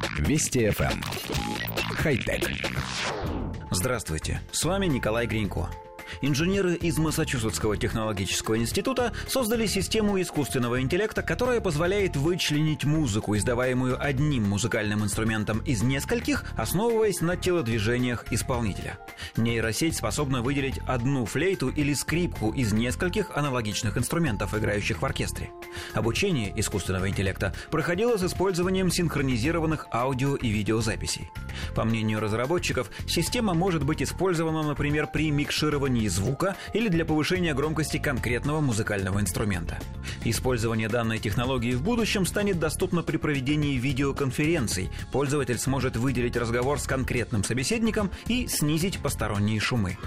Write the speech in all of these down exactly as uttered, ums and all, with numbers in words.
Вести эф эм. Хай-тек. Здравствуйте, с вами Николай Гринько. Инженеры из Массачусетского технологического института создали систему искусственного интеллекта, которая позволяет вычленить музыку, издаваемую одним музыкальным инструментом из нескольких, основываясь на телодвижениях исполнителя. Нейросеть способна выделить одну флейту или скрипку из нескольких аналогичных инструментов, играющих в оркестре. Обучение искусственного интеллекта проходило с использованием синхронизированных аудио и видеозаписей. По мнению разработчиков, система может быть использована, например, при микшировании звука или для повышения громкости конкретного музыкального инструмента. Использование данной технологии в будущем станет доступно при проведении видеоконференций. Пользователь сможет выделить разговор с конкретным собеседником и снизить посторонние шумы.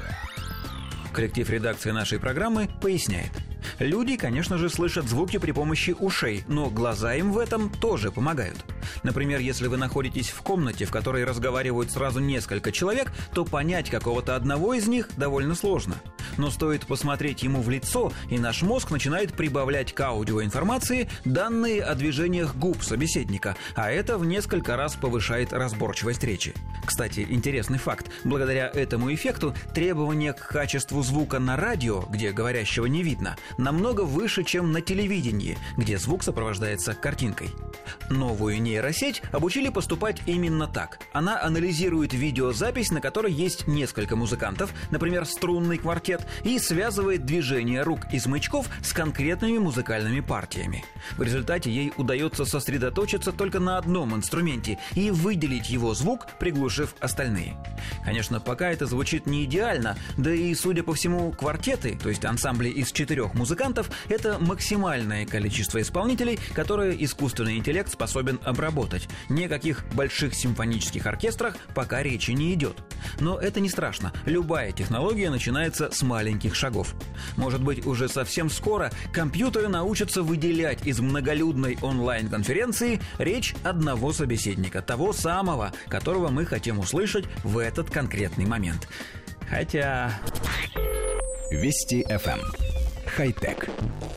Коллектив редакции нашей программы поясняет. Люди, конечно же, слышат звуки при помощи ушей, но глаза им в этом тоже помогают. Например, если вы находитесь в комнате, в которой разговаривают сразу несколько человек, то понять какого-то одного из них довольно сложно. Но стоит посмотреть ему в лицо, и наш мозг начинает прибавлять к аудиоинформации данные о движениях губ собеседника, а это в несколько раз повышает разборчивость речи. Кстати, интересный факт. Благодаря этому эффекту требования к качеству звука на радио, где говорящего не видно, намного выше, чем на телевидении, где звук сопровождается картинкой. Новую нейросеть обучили поступать именно так. Она анализирует видеозапись, на которой есть несколько музыкантов, например, струнный квартет, и связывает движения рук и смычков с конкретными музыкальными партиями. В результате ей удается сосредоточиться только на одном инструменте и выделить его звук, приглушив остальные. Конечно, пока это звучит не идеально, да и, судя по всему, квартеты, то есть ансамбли из четырех музыкантов, это максимальное количество исполнителей, которое искусственный интеллект способен обработать. Ни о каких больших симфонических оркестрах пока речи не идет. Но это не страшно. Любая технология начинается с маленьких шагов. Может быть, уже совсем скоро компьютеры научатся выделять из многолюдной онлайн-конференции речь одного собеседника, того самого, которого мы хотим услышать в этот конкретный момент. Хотя... Вести эф эм. Хай-тек.